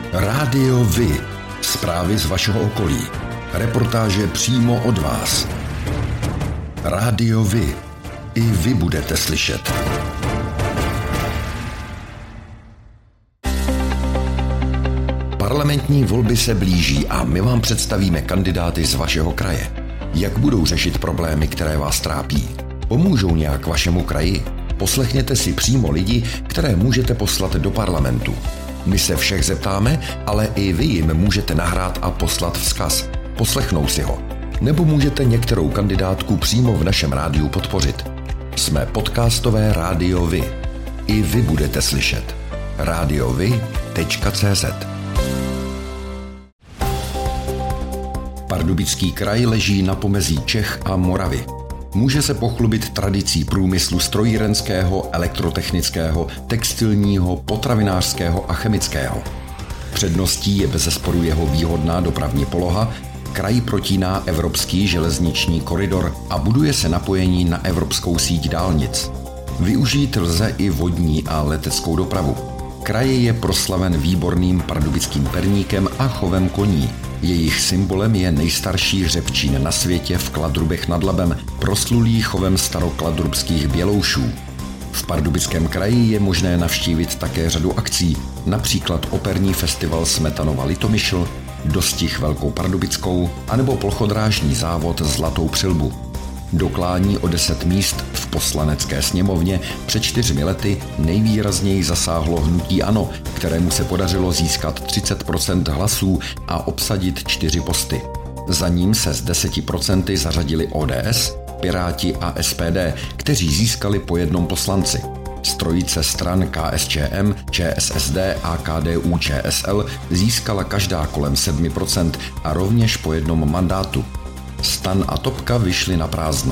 Rádio Vy. Zprávy z vašeho okolí. Reportáže přímo od vás. Rádio Vy. I vy budete slyšet. Parlamentní volby se blíží a my vám představíme kandidáty z vašeho kraje. Jak budou řešit problémy, které vás trápí? Pomůžou nějak vašemu kraji? Poslechněte si přímo lidi, které můžete poslat do parlamentu. My se všech zeptáme, ale i vy jim můžete nahrát a poslat vzkaz. Poslechnou si ho. Nebo můžete některou kandidátku přímo v našem rádiu podpořit. Jsme podcastové Rádio Vy. I vy budete slyšet. radiovy.cz. Pardubický kraj leží na pomezí Čech a Moravy. Může se pochlubit tradicí průmyslu strojírenského, elektrotechnického, textilního, potravinářského a chemického. Předností je bezesporu jeho výhodná dopravní poloha, kraj protíná evropský železniční koridor a buduje se napojení na evropskou síť dálnic. Využít lze i vodní a leteckou dopravu. Kraj je proslaven výborným pardubickým perníkem a chovem koní. Jejich symbolem je nejstarší hřebčín na světě v Kladrubech nad Labem, proslulý chovem starokladrubských běloušů. V Pardubickém kraji je možné navštívit také řadu akcí, například operní festival Smetanova Litomyšl, dostih Velkou Pardubickou anebo plochodrážní závod Zlatou přilbu. Doklání o 10 míst v Poslanecké sněmovně před 4 lety nejvýrazněji zasáhlo hnutí ANO, kterému se podařilo získat 30% hlasů a obsadit 4 posty. Za ním se s 10% zařadili ODS, Piráti a SPD, kteří získali po 1 poslanci. Z trojice stran KSČM, ČSSD a KDU-ČSL získala každá kolem 7% a rovněž po 1 mandátu. Stan a Topka vyšli na prázdno.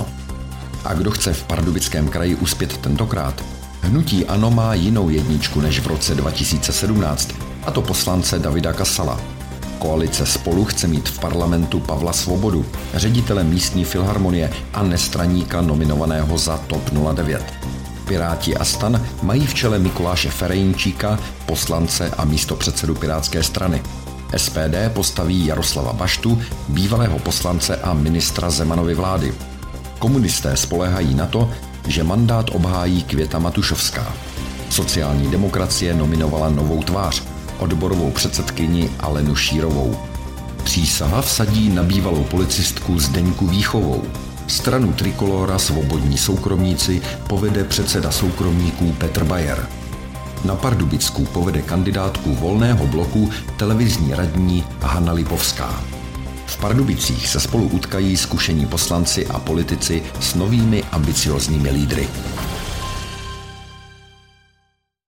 A kdo chce v Pardubickém kraji uspět tentokrát? Hnutí ANO má jinou jedničku než v roce 2017, a to poslance Davida Kasala. Koalice Spolu chce mít v parlamentu Pavla Svobodu, ředitele místní filharmonie a nestraníka nominovaného za TOP 09. Piráti a Stan mají v čele Mikuláše Ferejnčíka, poslance a místopředsedu Pirátské strany. SPD postaví Jaroslava Baštu, bývalého poslance a ministra Zemanovy vlády. Komunisté spoléhají na to, že mandát obhájí Květa Matušovská. Sociální demokracie nominovala novou tvář, odborovou předsedkyni Alenu Šírovou. Přísaha vsadí na bývalou policistku Zdeňku Víchovou. Stranu Trikolóra Svobodní soukromníci povede předseda soukromníků Petr Bajer. Na Pardubicku povede kandidátku Volného bloku televizní radní Hana Lipovská. V Pardubicích se spolu utkají zkušení poslanci a politici s novými ambiciózními lídry.